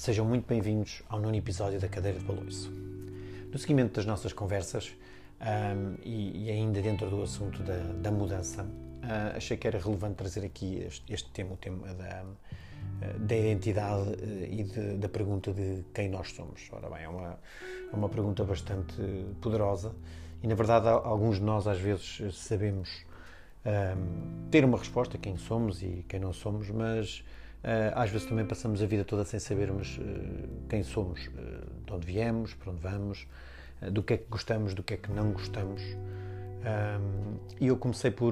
Sejam muito bem-vindos ao nono episódio da Cadeira de Balouço. No seguimento das nossas conversas e ainda dentro do assunto da mudança, achei que era relevante trazer aqui este tema, o tema da identidade e da pergunta de quem nós somos. Ora bem, é uma pergunta bastante poderosa e, na verdade, alguns de nós às vezes sabemos ter uma resposta, quem somos e quem não somos, mas às vezes também passamos a vida toda sem sabermos quem somos, de onde viemos, para onde vamos, do que é que gostamos, do que é que não gostamos. E eu comecei por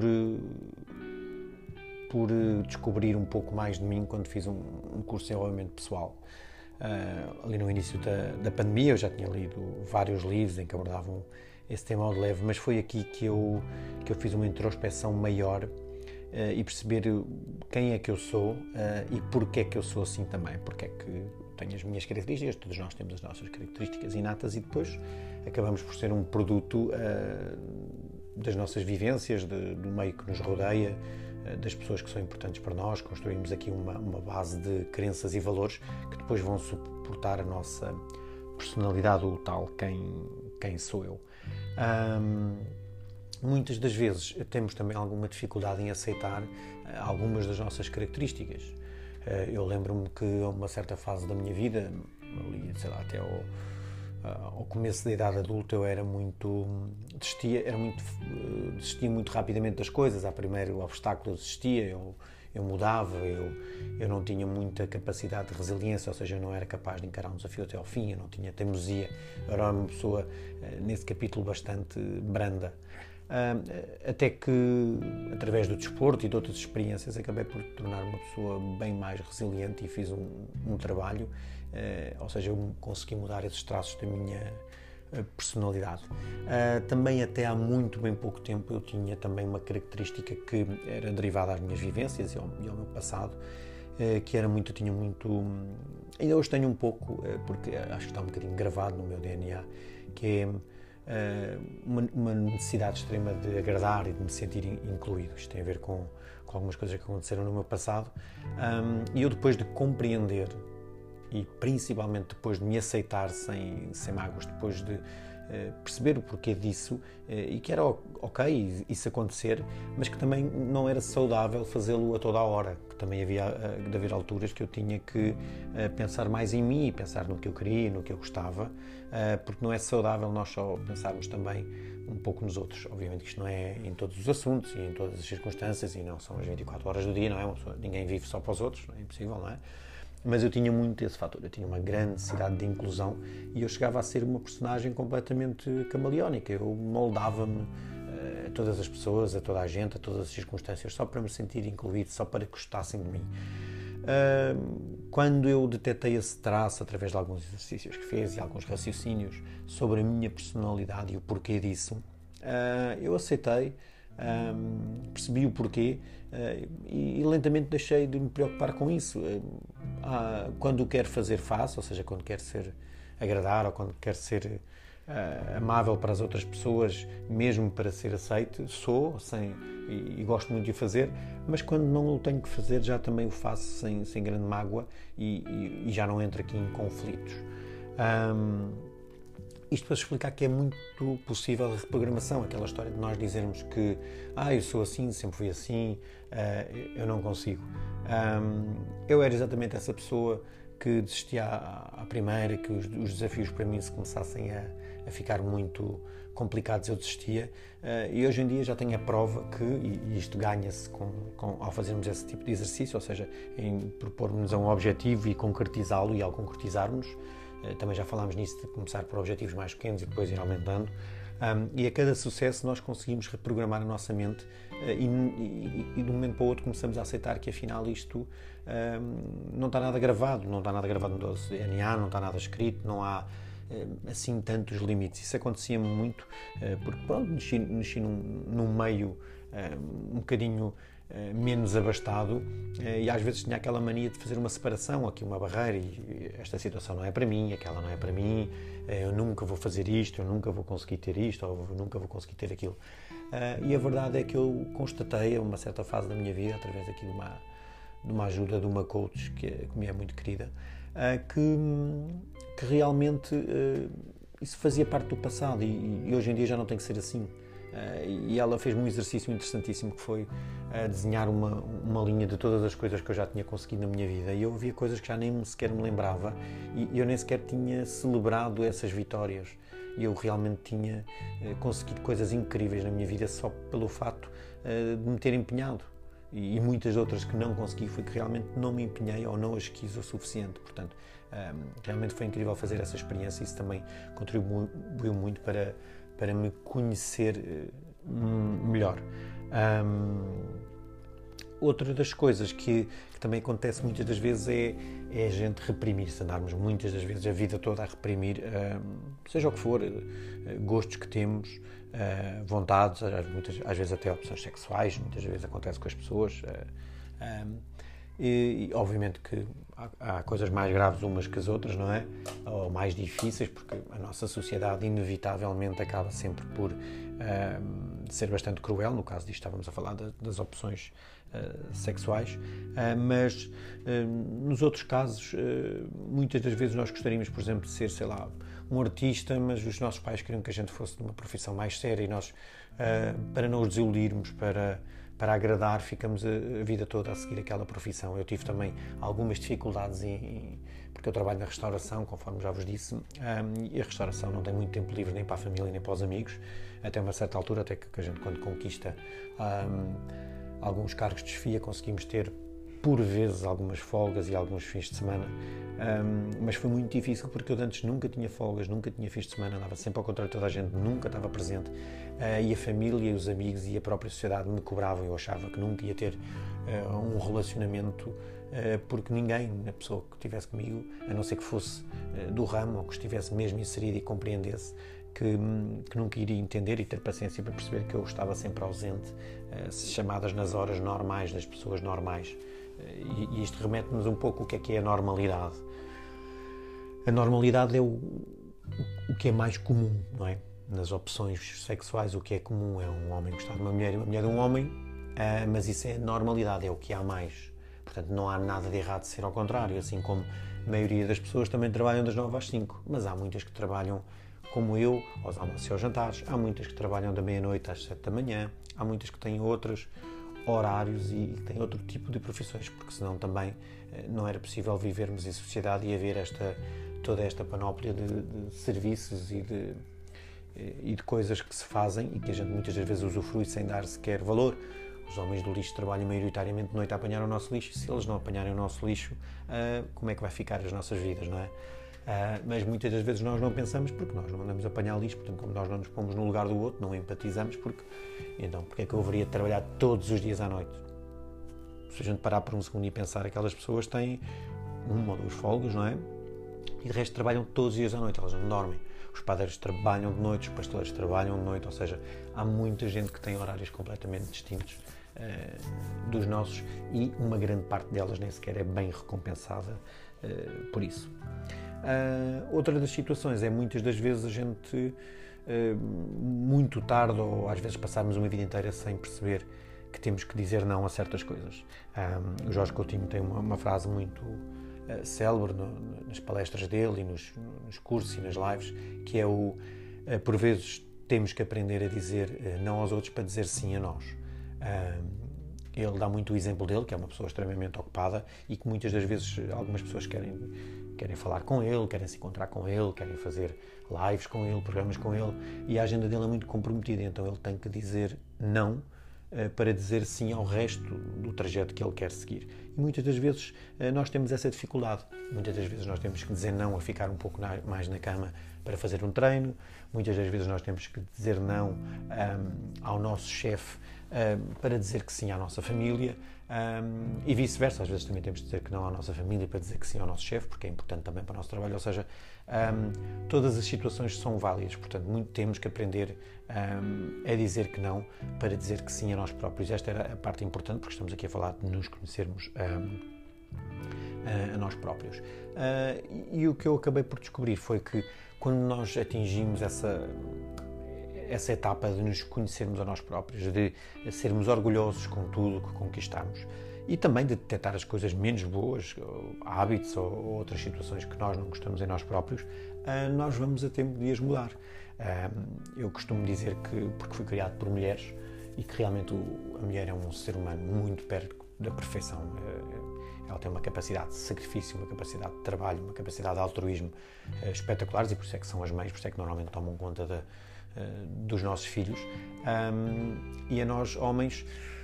descobrir um pouco mais de mim quando fiz um curso de desenvolvimento pessoal. Ali no início da pandemia eu já tinha lido vários livros em que abordavam esse tema ao de leve, mas foi aqui que eu fiz uma introspeção maior e perceber quem é que eu sou e porque é que eu sou assim também, porque é que tenho as minhas características, todos nós temos as nossas características inatas e depois acabamos por ser um produto das nossas vivências, do meio que nos rodeia, das pessoas que são importantes para nós. Construímos aqui uma base de crenças e valores que depois vão suportar a nossa personalidade, ou tal quem sou eu. Muitas das vezes temos também alguma dificuldade em aceitar algumas das nossas características. Eu lembro-me que a uma certa fase da minha vida, ali, sei lá, até ao começo da idade adulta, eu desistia muito rapidamente das coisas. A primeiro obstáculo eu desistia, eu mudava, eu não tinha muita capacidade de resiliência, ou seja, eu não era capaz de encarar um desafio até ao fim, eu não tinha teimosia, eu era uma pessoa, nesse capítulo, bastante branda. Até que, através do desporto e de outras experiências, acabei por tornar uma pessoa bem mais resiliente e fiz um trabalho, ou seja, eu consegui mudar esses traços da minha personalidade. Também até há muito bem pouco tempo eu tinha também uma característica que era derivada às minhas vivências e ao meu passado, que era muito, ainda hoje tenho um pouco, porque acho que está um bocadinho gravado no meu DNA, que é uma necessidade extrema de agradar e de me sentir incluído. Isto tem a ver com algumas coisas que aconteceram no meu passado, e eu, depois de compreender e principalmente depois de me aceitar sem mágoas, depois de perceber o porquê disso, e que era ok isso acontecer, mas que também não era saudável fazê-lo a toda a hora, que também havia de haver alturas que eu tinha que pensar mais em mim e pensar no que eu queria, no que eu gostava, porque não é saudável nós só pensarmos também um pouco nos outros. Obviamente que isto não é em todos os assuntos e em todas as circunstâncias, e não são as 24 horas do dia, não é? Ninguém vive só para os outros, não é impossível, não é? Mas eu tinha muito esse fator, eu tinha uma grande necessidade de inclusão e eu chegava a ser uma personagem completamente camaleónica. Eu moldava-me a todas as pessoas, a toda a gente, a todas as circunstâncias, só para me sentir incluído, só para que gostassem de mim. Quando eu detetei esse traço através de alguns exercícios que fiz e alguns raciocínios sobre a minha personalidade e o porquê disso, eu aceitei, percebi o porquê e lentamente deixei de me preocupar com isso. Quando quero fazer, faço, ou seja, quando quero agradar ou quando quero ser amável para as outras pessoas, mesmo para ser aceite, e gosto muito de o fazer, mas quando não o tenho que fazer, já também o faço sem grande mágoa e já não entro aqui em conflitos. Isto para explicar que é muito possível a reprogramação, aquela história de nós dizermos que eu sou assim, sempre fui assim, eu não consigo. Eu era exatamente essa pessoa que desistia à primeira, que os desafios para mim, se começassem a ficar muito complicados, eu desistia, e hoje em dia já tenho a prova que, e isto ganha-se ao fazermos esse tipo de exercício, ou seja, em propormos a um objetivo e concretizá-lo, e ao concretizarmos, também já falámos nisso, de começar por objetivos mais pequenos e depois ir aumentando, e a cada sucesso nós conseguimos reprogramar a nossa mente e de um momento para o outro começamos a aceitar que afinal isto não está nada gravado, no nosso DNA, não está nada escrito, não há assim tantos limites. Isso acontecia-me muito porque pronto, nasci num meio um bocadinho menos abastado, e às vezes tinha aquela mania de fazer uma separação, aqui uma barreira, e esta situação não é para mim, aquela não é para mim, eu nunca vou fazer isto, eu nunca vou conseguir ter isto, ou eu nunca vou conseguir ter aquilo. E a verdade é que eu constatei a uma certa fase da minha vida, através aqui de uma ajuda de uma coach que me é muito querida, que realmente isso fazia parte do passado e hoje em dia já não tem que ser assim. E ela fez-me um exercício interessantíssimo que foi desenhar uma linha de todas as coisas que eu já tinha conseguido na minha vida, e eu havia coisas que já nem sequer me lembrava e eu nem sequer tinha celebrado essas vitórias, e eu realmente tinha conseguido coisas incríveis na minha vida só pelo facto de me ter empenhado, e muitas outras que não consegui foi que realmente não me empenhei ou não as quis o suficiente. Portanto, realmente foi incrível fazer essa experiência, e isso também contribuiu muito para me conhecer melhor. Outra das coisas que também acontece muitas das vezes é a gente reprimir-se, andarmos muitas das vezes a vida toda a reprimir, seja o que for, gostos que temos, vontades, às vezes até opções sexuais, muitas vezes acontece com as pessoas. E obviamente que há coisas mais graves umas que as outras, não é? Ou mais difíceis, porque a nossa sociedade inevitavelmente acaba sempre por ser bastante cruel. No caso disto estávamos a falar das opções sexuais, mas nos outros casos muitas das vezes nós gostaríamos, por exemplo, de ser, sei lá, um artista, mas os nossos pais queriam que a gente fosse de uma profissão mais séria, e nós, para não os desiludirmos, para agradar, ficamos a vida toda a seguir aquela profissão. Eu tive também algumas dificuldades porque eu trabalho na restauração, conforme já vos disse, e a restauração não tem muito tempo livre nem para a família nem para os amigos, até uma certa altura, até que a gente, quando conquista alguns cargos de chefia, conseguimos ter por vezes algumas folgas e alguns fins de semana, mas foi muito difícil porque eu antes nunca tinha folgas, nunca tinha fins de semana, andava sempre ao contrário de toda a gente, nunca estava presente, e a família, os amigos e a própria sociedade me cobravam. Eu achava que nunca ia ter um relacionamento, porque ninguém, a pessoa que estivesse comigo, a não ser que fosse do ramo ou que estivesse mesmo inserido e compreendesse, que nunca iria entender e ter paciência para perceber que eu estava sempre ausente, chamadas nas horas normais das pessoas normais. E isto remete-nos um pouco o que é a normalidade. A normalidade é o que é mais comum, não é? Nas opções sexuais, o que é comum é um homem gostar de uma mulher e uma mulher de um homem, mas isso é a normalidade, é o que há mais. Portanto, não há nada de errado de ser ao contrário, assim como a maioria das pessoas também trabalham das 9 às 5, mas há muitas que trabalham como eu, aos almoços e aos jantares, há muitas que trabalham da meia-noite às 7 da manhã, há muitas que têm outros horários e têm outro tipo de profissões, porque senão também não era possível vivermos em sociedade e haver toda esta panóplia de serviços e de coisas que se fazem e que a gente muitas das vezes usufrui sem dar sequer valor. Os homens do lixo trabalham maioritariamente de noite a apanhar o nosso lixo, e se eles não apanharem o nosso lixo, como é que vai ficar as nossas vidas, não é? Mas muitas das vezes nós não pensamos, porque nós não andamos a apanhar lixo, portanto, como nós não nos pomos no lugar do outro, não empatizamos, porque é que eu haveria de trabalhar todos os dias à noite? Se a gente parar por um segundo e pensar, aquelas pessoas têm 1 ou 2 folgas, não é? E de resto trabalham todos os dias à noite, elas não dormem. Os padeiros trabalham de noite, os pastoreiros trabalham de noite, ou seja, há muita gente que tem horários completamente distintos dos nossos, e uma grande parte delas nem sequer é bem recompensada por isso. Outra das situações é muitas das vezes a gente muito tarde, ou às vezes passarmos uma vida inteira sem perceber que temos que dizer não a certas coisas. O Jorge Coutinho tem uma frase muito célebre nas palestras dele e nos cursos e nas lives, que é por vezes temos que aprender a dizer não aos outros para dizer sim a nós. Ele dá muito o exemplo dele, que é uma pessoa extremamente ocupada e que muitas das vezes algumas pessoas querem falar com ele, querem se encontrar com ele, querem fazer lives com ele, programas com ele, e a agenda dele é muito comprometida, então ele tem que dizer não para dizer sim ao resto do trajeto que ele quer seguir. E muitas das vezes nós temos essa dificuldade. Muitas das vezes nós temos que dizer não a ficar um pouco mais na cama para fazer um treino. Muitas das vezes nós temos que dizer não ao nosso chefe para dizer que sim à nossa família, e vice-versa. Às vezes também temos de dizer que não à nossa família para dizer que sim ao nosso chefe, porque é importante também para o nosso trabalho. Ou seja, todas as situações são válidas, portanto temos que aprender a dizer que não para dizer que sim a nós próprios. Esta era a parte importante, porque estamos aqui a falar de nos conhecermos a nós próprios. E o que eu acabei por descobrir foi que quando nós atingimos essa etapa de nos conhecermos a nós próprios, de sermos orgulhosos com tudo que conquistamos e também de detectar as coisas menos boas, hábitos ou outras situações que nós não gostamos em nós próprios, nós vamos a tempo de as mudar. Eu costumo dizer que, porque fui criado por mulheres e que realmente a mulher é um ser humano muito perto da perfeição. Ela tem uma capacidade de sacrifício, uma capacidade de trabalho, uma capacidade de altruísmo espetaculares, e por isso é que são as mães, por isso é que normalmente tomam conta dos nossos filhos. E a nós, homens,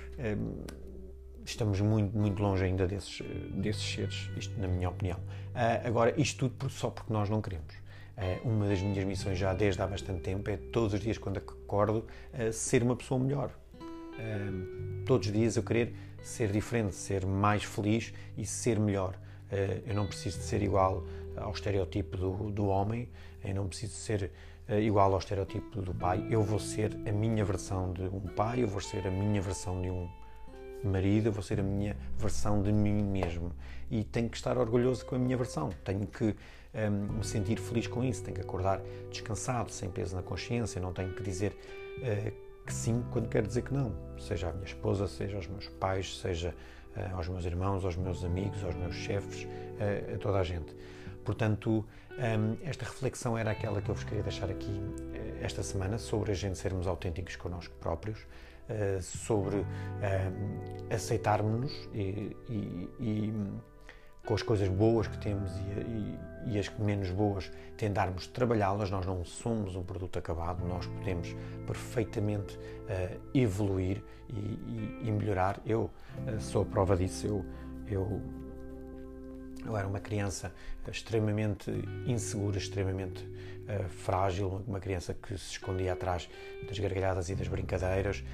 estamos muito, muito longe ainda desses seres, isto na minha opinião. Agora, isto tudo só porque nós não queremos. Uma das minhas missões já desde há bastante tempo é todos os dias quando acordo ser uma pessoa melhor. Todos os dias eu querer ser diferente, ser mais feliz e ser melhor. Eu não preciso de ser igual ao estereotipo do homem, eu não preciso de ser igual ao estereotipo do pai. Eu vou ser a minha versão de um pai, eu vou ser a minha versão de um marido, eu vou ser a minha versão de mim mesmo. E tenho que estar orgulhoso com a minha versão, tenho que me sentir feliz com isso, tenho que acordar descansado, sem peso na consciência, não tenho que dizer que sim quando quero dizer que não, seja a minha esposa, seja aos meus pais, seja aos meus irmãos, aos meus amigos, aos meus chefes, a toda a gente. Portanto, esta reflexão era aquela que eu vos queria deixar aqui esta semana, sobre a gente sermos autênticos connosco próprios, sobre aceitarmos-nos e com as coisas boas que temos e as menos boas, tentarmos trabalhá-las. Nós não somos um produto acabado, nós podemos perfeitamente evoluir e melhorar. Eu sou a prova disso. Eu era uma criança extremamente insegura, extremamente frágil, uma criança que se escondia atrás das gargalhadas e das brincadeiras,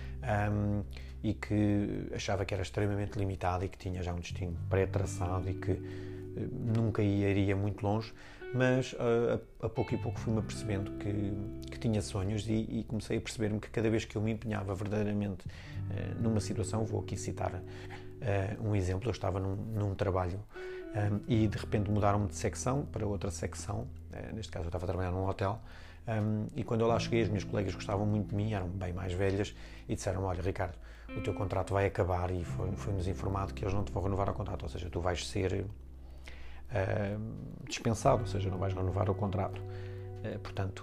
e que achava que era extremamente limitada e que tinha já um destino pré-traçado e que nunca iria muito longe, mas a pouco e pouco fui-me apercebendo que tinha sonhos e comecei a perceber-me que cada vez que eu me empenhava verdadeiramente numa situação, vou aqui citar um exemplo. Eu estava num trabalho e de repente mudaram-me de secção para outra secção, neste caso eu estava a trabalhar num hotel, e quando eu lá cheguei, as minhas colegas gostavam muito de mim, eram bem mais velhas e disseram: olha, Ricardo, o teu contrato vai acabar, e foi-nos informado que eles não te vão renovar o contrato, ou seja, tu vais ser dispensado, ou seja, não vais renovar o contrato. Portanto,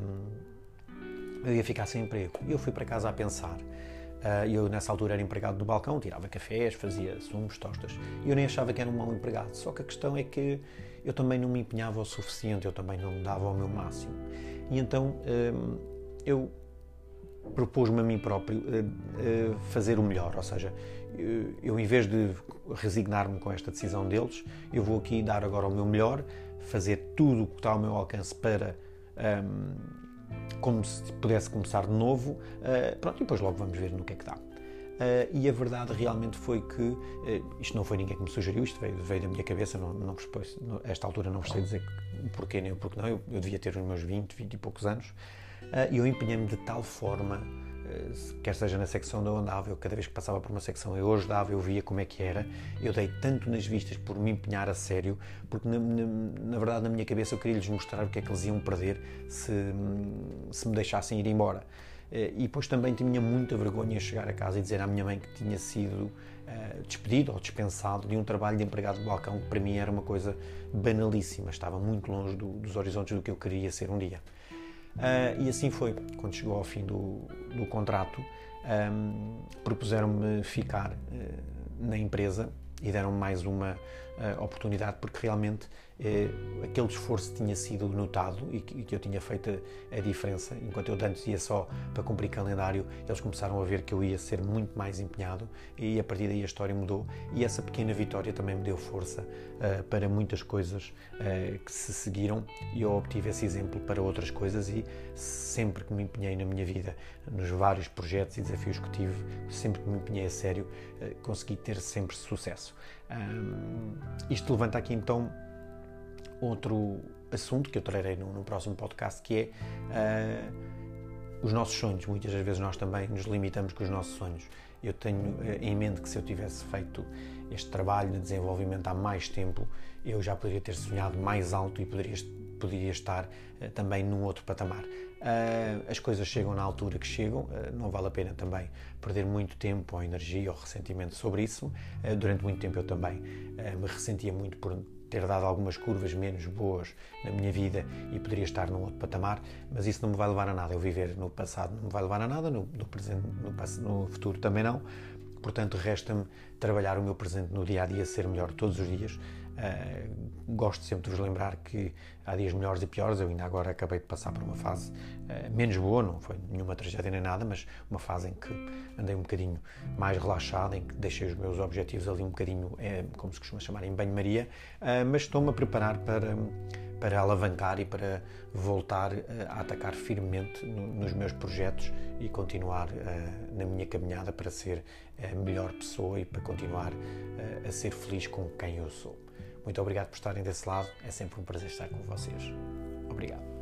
eu ia ficar sem emprego. E eu fui para casa a pensar. Eu nessa altura era empregado do balcão, tirava cafés, fazia sumos, tostas, e eu nem achava que era um mau empregado. Só que a questão é que eu também não me empenhava o suficiente, eu também não dava o meu máximo. E então eu propus-me a mim próprio fazer o melhor, ou seja, eu em vez de resignar-me com esta decisão deles, eu vou aqui dar agora o meu melhor, fazer tudo o que está ao meu alcance para como se pudesse começar de novo, pronto, e depois logo vamos ver no que é que dá. E a verdade realmente foi que, isto não foi ninguém que me sugeriu, isto veio da minha cabeça, a esta altura não vos sei dizer o porquê nem o porquê não, eu devia ter os meus 20 e poucos anos, e eu empenhei-me de tal forma, quer seja na secção onde eu andava, eu cada vez que passava por uma secção eu ajudava, eu via como é que era, eu dei tanto nas vistas por me empenhar a sério, porque na verdade na minha cabeça eu queria lhes mostrar o que é que eles iam perder se me deixassem ir embora. E depois também tinha muita vergonha em chegar a casa e dizer à minha mãe que tinha sido despedido ou dispensado de um trabalho de empregado de balcão, que para mim era uma coisa banalíssima, estava muito longe dos horizontes do que eu queria ser um dia. E assim foi. Quando chegou ao fim do contrato, propuseram-me ficar na empresa e deram-me mais uma oportunidade, porque realmente aquele esforço tinha sido notado e que eu tinha feito a diferença. Enquanto eu antes ia só para cumprir calendário, eles começaram a ver que eu ia ser muito mais empenhado, e a partir daí a história mudou, e essa pequena vitória também me deu força para muitas coisas que se seguiram, e eu obtive esse exemplo para outras coisas, e sempre que me empenhei na minha vida, nos vários projetos e desafios que tive, sempre que me empenhei a sério, consegui ter sempre sucesso. Isto levanta aqui então outro assunto que eu trarei no próximo podcast, que é os nossos sonhos. Muitas das vezes nós também nos limitamos com os nossos sonhos. Eu tenho em mente que se eu tivesse feito este trabalho de desenvolvimento há mais tempo, eu já poderia ter sonhado mais alto e poderia poderia estar também num outro patamar. As coisas chegam na altura que chegam, não vale a pena também perder muito tempo ou energia ou ressentimento sobre isso. Durante muito tempo eu também me ressentia muito por ter dado algumas curvas menos boas na minha vida e poderia estar num outro patamar, mas isso não me vai levar a nada. Eu viver no passado não me vai levar a nada, no presente, no futuro também não. Portanto, resta-me trabalhar o meu presente no dia-a-dia, ser melhor todos os dias. Gosto sempre de vos lembrar que há dias melhores e piores. Eu ainda agora acabei de passar por uma fase menos boa, não foi nenhuma tragédia nem nada, mas uma fase em que andei um bocadinho mais relaxado, em que deixei os meus objetivos ali um bocadinho, como se costuma chamar, em banho-maria, mas estou-me a preparar para alavancar e para voltar a atacar firmemente nos meus projetos e continuar na minha caminhada para ser a melhor pessoa e para continuar a ser feliz com quem eu sou. Muito obrigado por estarem desse lado, é sempre um prazer estar com vocês. Obrigado.